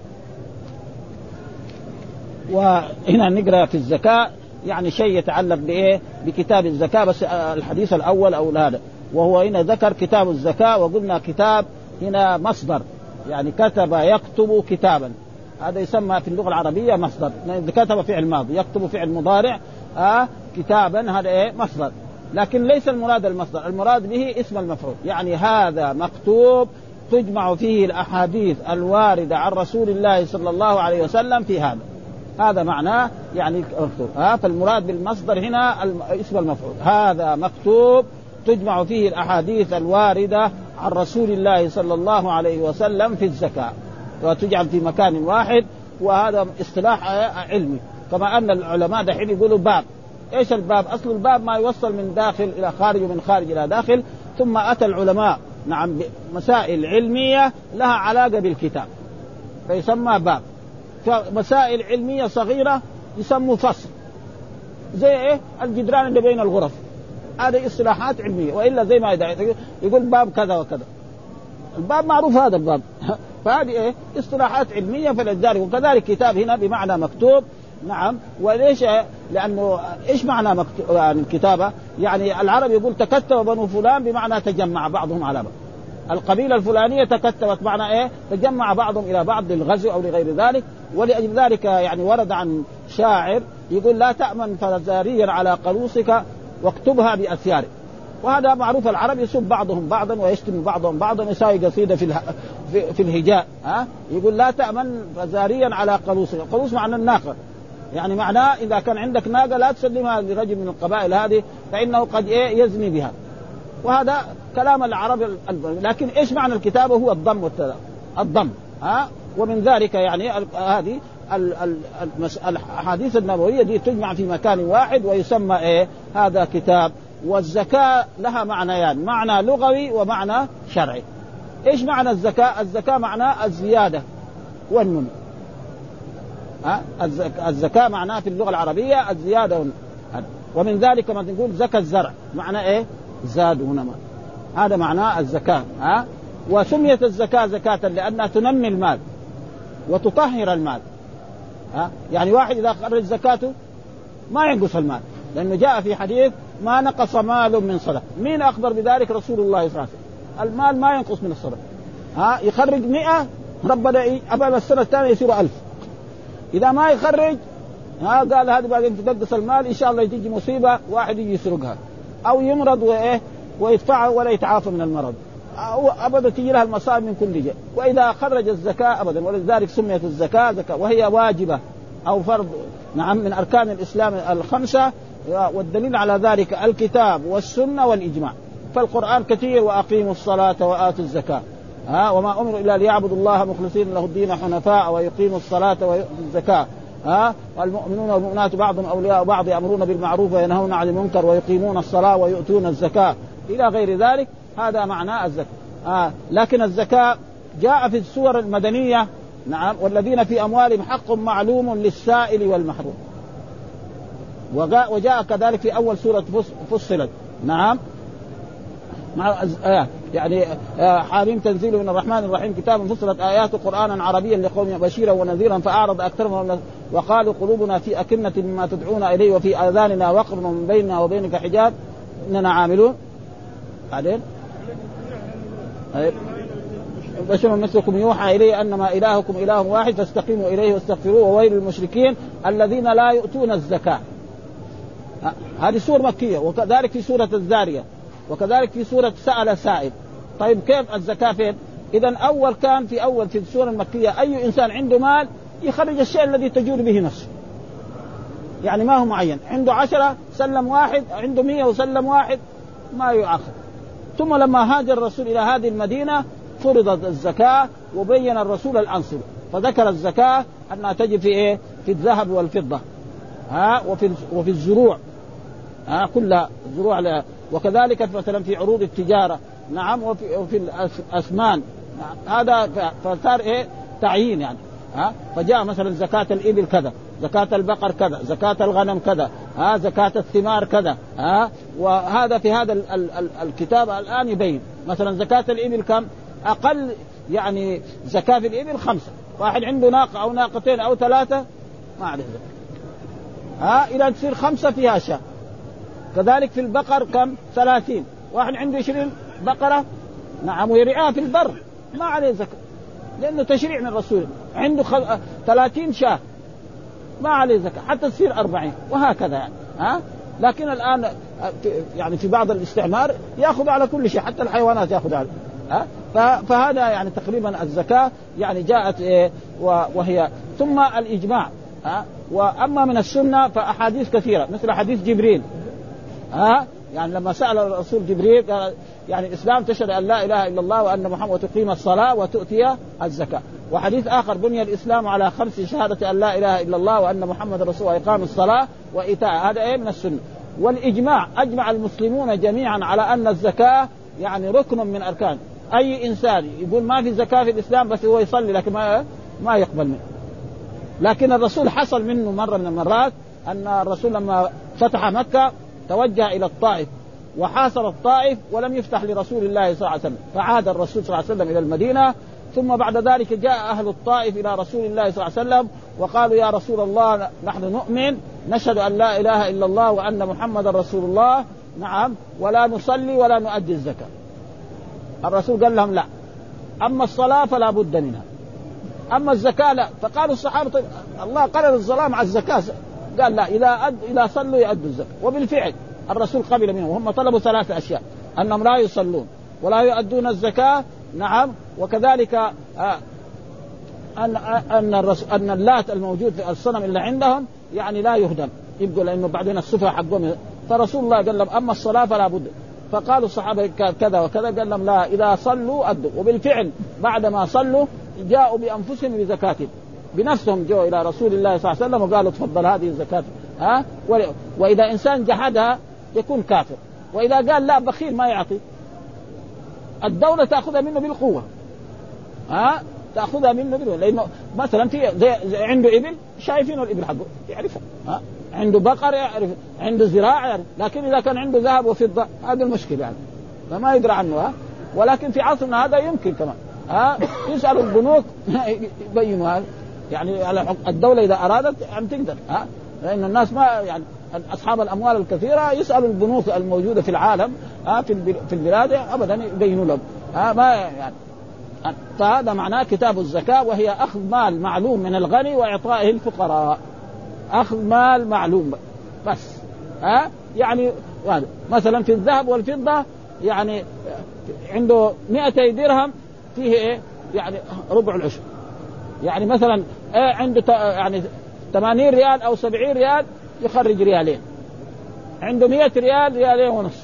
وهنا نقرأ في الزكاة يعني شيء يتعلق بإيه؟ بكتاب الزكاة، بس الحديث الأول أو هذا، وهو هنا ذكر كتاب الزكاة، وقلنا كتاب هنا مصدر، يعني كتب يكتب كتابا، هذا يسمى في اللغة العربية مصدر. كتب فعل ماضي، يكتب فعل مضارع، كتابا هذا إيه؟ مصدر. لكن ليس المراد المصدر، المراد به اسم المفعول، يعني هذا مكتوب تجمع فيه الأحاديث الواردة عن رسول الله صلى الله عليه وسلم في هذا معناه يعني مكتوب. فالمراد بالمصدر هنا اسم المفعول، هذا مكتوب تجمع فيه الأحاديث الواردة عن رسول الله صلى الله عليه وسلم في الزكاة، وتجعل في مكان واحد. وهذا اصطلاح علمي، كما أن العلماء دحين يقولوا باب. إيش الباب؟ أصل الباب ما يوصل من داخل إلى خارج ومن خارج إلى داخل، ثم أتى العلماء مسائل علمية لها علاقة بالكتاب فيسمى باب. مسائل علمية صغيرة يسموا فصل، زي إيه؟ الجدران اللي بين الغرف، هذه اصطلاحات علمية. وإلا زي ما يقول باب كذا وكذا، الباب معروف هذا الباب فهذه إيه؟ اصطلاحات علمية. فلذلك وكذلك كتاب هنا بمعنى مكتوب. نعم. وليش؟ لأنه إيش معنى مكتوب يعني الكتابة؟ يعني العرب يقول تكتب بنو فلان بمعنى تجمع بعضهم على بعض، القبيلة الفلانية تكتبت معنى إيه؟ تجمع بعضهم إلى بعض للغزو أو لغير ذلك. ولأجل ذلك يعني ورد عن شاعر يقول لا تأمن فزاريا على قلوصك واكتبها بأثيارك. وهذا معروف، العرب يسب بعضهم بعضا ويشتم بعضهم بعضا، يساوي قصيدة في الهجاء. يقول لا تأمن فزاريا على قلوصك، قلوص معنى الناقة، يعني معناه إذا كان عندك ناقة لا تسلمها لرجل من القبائل هذه فإنه قد يزني بها. وهذا كلام العرب. لكن إيش معنى الكتابة؟ هو الضم الضم. ومن ذلك يعني هذه الأحاديث النبوية دي تجمع في مكان واحد ويسمى إيه؟ هذا كتاب. والزكاة لها معنيان، معنى لغوي ومعنى شرعي. إيش معنى الزكاة؟ الزكاة معناه الزيادة والنمو. الزكاة معناه في اللغة العربية الزيادة والنمو. ومن ذلك ما تقول زكاة الزرع معناه إيه؟ زاد ونمى، هذا معناه الزكاة. وسميت الزكاة زكاة لأنها تنمي المال وتطهر المال. يعني واحد إذا خرج زكاته ما ينقص المال، لأنه جاء في حديث ما نقص مال من صدقة. مين أخبر بذلك؟ رسول الله صلى الله عليه وسلم. المال ما ينقص من الصدقة. يخرج 100 ربنا أبعد السنة الثانية يصير 1000. إذا ما يخرج قال هذا بعدين تنقص المال، إن شاء الله تيجي مصيبة واحد يجي يسرقها أو يمرض ويدفعه ولا يتعافى من المرض، أو أبدا تجي لها المصائب من كل جهة. وإذا خرج الزكاة أبدا، ولذلك سميت الزكاة زكاة، وهي واجبة أو فرض. نعم، من أركان الإسلام الخمسة. والدليل على ذلك الكتاب والسنة والإجماع. فالقرآن كثير وأقيموا الصلاة وآتوا الزكاة. وما أمروا إلا ليعبدوا الله مخلصين له الدين حنفاء ويقيموا الصلاة ويؤتوا الزكاة. والمؤمنون والمؤمنات بعضهم أولياء بعض يأمرون بالمعروف وينهون عن المنكر ويقيمون الصلاة ويؤتون الزكاة إلى غير ذلك. هذا معنى الزكاة. لكن الزكاة جاء في السور المدنية. نعم. والذين في أموالهم حق معلوم للسائل والمحروم. وجاء كذلك في أول سورة فصلت. نعم. يعني حاميم تنزيل من الرحمن الرحيم كتاب فصلت آيات قرآنا عربيا لقوم بشيرا ونذيرا فأعرض أكثرهم وقالوا قلوبنا في أكنة مما تدعونا إليه وفي آذاننا وقر ومن بيننا وبينك حجاب إننا عاملون. بعدين بشر مثلكم يوحى إليه أنما إلهكم إله واحد فاستقيموا إليه واستغفروه وويل للمشركين الذين لا يؤتون الزكاة. هذه سورة مكية. وكذلك في سورة الزارية، وكذلك في سورة سأل سائل. طيب كيف الزكاة فين؟ إذن أول كان في السورة المكية أي إنسان عنده مال يخرج الشيء الذي تجود به نفسه، يعني ما هو معين، عنده 10 سلم واحد، عنده 100 وسلم واحد ما يؤخذ. ثم لما هاجر الرسول إلى هذه المدينة فرضت الزكاة وبين الرسول الأنصبة، فذكر الزكاة أنها تجب في إيه؟ في الذهب والفضة وفي الزروع كلها زروع وكذلك مثلا في عروض التجارة. نعم. وفي الأثمان. هذا فصار إيه؟ تعيين يعني. فجاء مثلا زكاة الإبل كذا، زكاة البقر كذا، زكاة الغنم كذا، زكاة الثمار كذا، وهذا في هذا الكتاب الآن يبين. مثلا زكاة الإبل كم؟ أقل يعني زكاة في الإبل 5، واحد عنده ناقة أو ناقتين أو 3 ما عليه زكاة، إلى تصير 5 فيها شاة. كذلك في البقر كم؟ 30، واحد عنده 20 بقرة نعم ويرعاها في البر ما عليه زكاة، لأنه تشريع من الرسول. عنده 30 شاة ما عليه زكاة حتى تصير 40 وهكذا يعني. لكن الآن يعني في بعض الاستعمار يأخذ على كل شيء، حتى الحيوانات يأخذ على فهذا يعني تقريبا الزكاة يعني جاءت وهي. ثم الإجماع، وأما من السنة فأحاديث كثيرة مثل حديث جبريل، يعني لما سأل الرسول جبريل قال يعني الإسلام تشهد أن لا إله إلا الله وأن محمد وتقيم الصلاة وتؤتي الزكاة. وحديث آخر بني الإسلام على 5 شهادة أن لا إله إلا الله وأن محمد رسول الله وإقام الصلاة وإيتاء، هذا من السنة. والإجماع أجمع المسلمون جميعا على أن الزكاة يعني ركن من أركان. أي إنسان يقول ما في زكاة في الإسلام بس هو يصلي لكن ما يقبل منه. لكن الرسول حصل منه مرة من المرات أن الرسول لما فتح مكة توجه إلى الطائف وحاصر الطائف ولم يفتح لرسول الله صلى الله عليه وسلم، فعاد الرسول صلى الله عليه وسلم إلى المدينة. ثم بعد ذلك جاء أهل الطائف إلى رسول الله صلى الله عليه وسلم وقالوا يا رسول الله نحن نؤمن نشهد أن لا إله إلا الله وأن محمد رسول الله نعم ولا نصلي ولا نؤدي الزكاة. الرسول قال لهم لا، أما الصلاة فلا بد منها، أما الزكاة لا. فقالوا الصحابة الله قرر الصلاة مع الزكاة، قال لا، إذا صلوا يؤدوا الزكاة. وبالفعل الرسول قبل منهم، وهم طلبوا 3 أشياء: أنهم لا يصلون ولا يؤدون الزكاة نعم، وكذلك أن اللات الموجود في الصنم اللي عندهم يعني لا يهدم يبقوا، لأنه بعدين الصفة حقهم. فرسول الله قال لهم أما الصلاة فلا بد. فقالوا الصحابة كذا وكذا، قال لهم لا، إذا صلوا أدوا. وبالفعل بعد ما صلوا جاءوا بأنفسهم بزكاتهم، بنفسهم جاءوا إلى رسول الله صلى الله عليه وسلم وقالوا تفضل هذه الزكاة. وإذا إنسان جحدها يكون كافر، وإذا قال لا بخيل ما يعطي، الدولة تأخذها منه بالقوة، تأخذها منه بالقوة. لأنه مثلا في زي عنده إبل شايفينه الإبل حقه يعرفه، عنده بقر يعرف، عنده زراعة يعرف. لكن إذا كان عنده ذهب وفضة هذا المشكلة يعني فما يدري عنه. ولكن في عصرنا هذا يمكن كمان يسأل البنوك يبينوا هذا يعني على الدولة إذا أرادت أن تقدر، لأن الناس ما يعني أصحاب الأموال الكثيرة يسألوا البنوك الموجودة في العالم في البلاد أبدا يبينوا لهم ما يعني. فهذا معناه كتاب الزكاة، وهي أخذ مال معلوم من الغني وإعطائه الفقراء، أخذ مال معلوم بس. يعني مثلا في الذهب والفضة يعني عنده 200 درهم فيه إيه يعني ربع العشر، يعني مثلا عنده يعني 80 ريال أو 70 ريال يخرج ريالين، عنده 100 ريال ريالين ونص،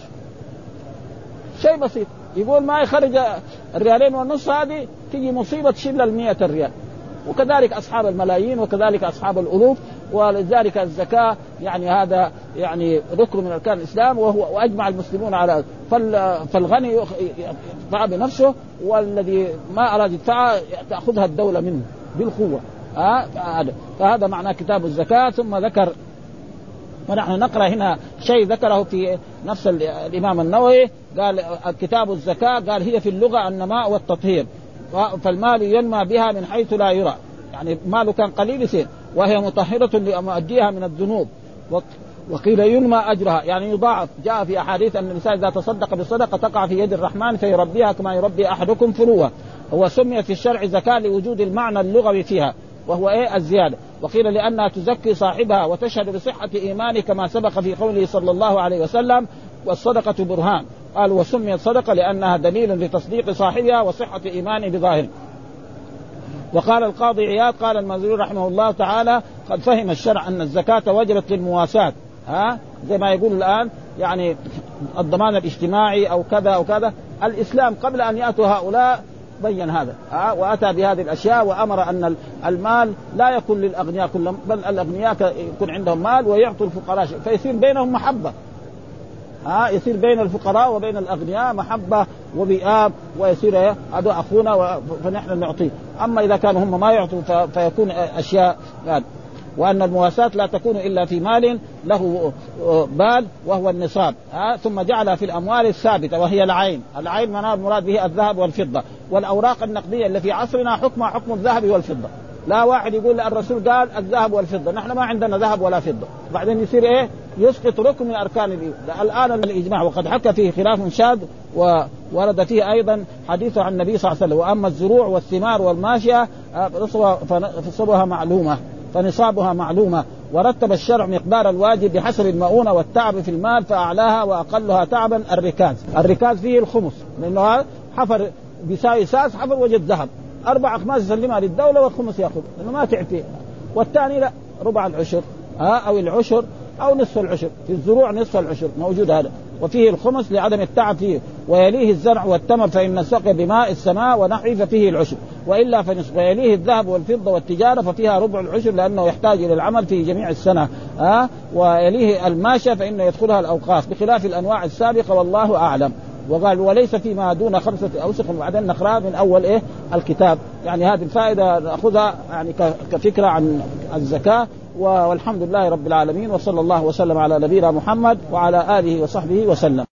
شيء بسيط. يقول ما يخرج الريالين ونص هذه تيجي مصيبة تشيل 100 ريال. وكذلك أصحاب الملايين وكذلك أصحاب الألوف. ولذلك الزكاة يعني هذا يعني ركن من أركان الإسلام، وأجمع المسلمون على. فالغني يدفع بنفسه، والذي ما أراد يدفع تأخذها الدولة منه بالقوة. فهذا معنى كتاب الزكاة. ثم ذكر، ونحن نقرأ هنا شيء ذكره في نفس الإمام النووي، قال كتاب الزكاة قال هي في اللغة النماء والتطهير، فالمال ينمى بها من حيث لا يرى، يعني ماله كان قليل يصير، وهي مطهرة لمؤديها من الذنوب، وقيل ينمى أجرها يعني يضاعف. جاء في أحاديث أن الإنسان إذا تصدق بصدقة تقع في يد الرحمن فيربيها كما يربي أحدكم فلوة. هو سميت في الشرع زكاة لوجود المعنى اللغوي فيها وهو الزيادة. وقيل لأنها تزكي صاحبها وتشهد بصحة إيمانه كما سبق في قوله صلى الله عليه وسلم والصدقة برهان. قال وسميت صدقة لأنها دليل لتصديق صاحبها وصحة إيمانه بظاهره. وقال القاضي عياض قال المازري رحمه الله تعالى قد فهم الشرع أن الزكاة وجبت للمواساة، زي ما يقول الآن يعني الضمان الاجتماعي أو كذا أو كذا. الإسلام قبل أن يأتوا هؤلاء بين هذا وأتى بهذه الأشياء، وأمر أن المال لا يكون للأغنياء كلهم، بل الأغنياء يكون عندهم مال ويعطوا الفقراء، فيصير بينهم محبة. يصير بين الفقراء وبين الأغنياء محبة وبيئاب، ويصير هذا أخونا فنحن نعطيه. أما إذا كانوا هم ما يعطوا فيكون أشياء يعني. وأن المواساة لا تكون إلا في مال له بال وهو النصاب، ثم جعلها في الأموال الثابتة وهي العين مراد به الذهب والفضة، والأوراق النقدية اللي في عصرنا حكمها حكم الذهب والفضة. لا واحد يقول الرسول قال الذهب والفضة، نحن ما عندنا ذهب ولا فضة، بعدين يصير إيه؟ يسقط ركن من أركان الآن الإجماع. وقد حكى فيه خلاف شاذ وورد فيه أيضا حديث عن النبي صلى الله عليه وسلم: وأما الزروع والثمار والماشية فنصبها معلومة فنصابها معلومة، ورتب الشرع مقدار الواجب بحسب المؤونة والتعب في المال، فأعلاها وأقلها تعبا الركاز فيه الخمس، لأنه حفر بيساوي ساس، حفر وجد ذهب 4 أخماس يسلمها للدولة والخمس يأخذ، لأنه ما تعطيه. والثاني لا، ربع العشر أو العشر أو نصف العشر، في الزروع نصف العشر موجود هذا، وفيه الخمس لعدم التعب فيه. ويليه الزرع والتمر فإن السقي بماء السماء ونحوه ففيه العشر، وإلا فنصف. ويليه الذهب والفضة والتجارة ففيها ربع العشر لأنه يحتاج إلى العمل في جميع السنة. ويليه الماشية فإنه يدخلها الأوقاف بخلاف الأنواع السابقة، والله أعلم. وقال وليس فيما دون 5 أوسق. وبعدين نقرأ من أول الكتاب. يعني هذه الفائدة نأخذها يعني كفكرة عن الزكاة. والحمد لله رب العالمين، وصلى الله وسلم على نبينا محمد وعلى آله وصحبه وسلم.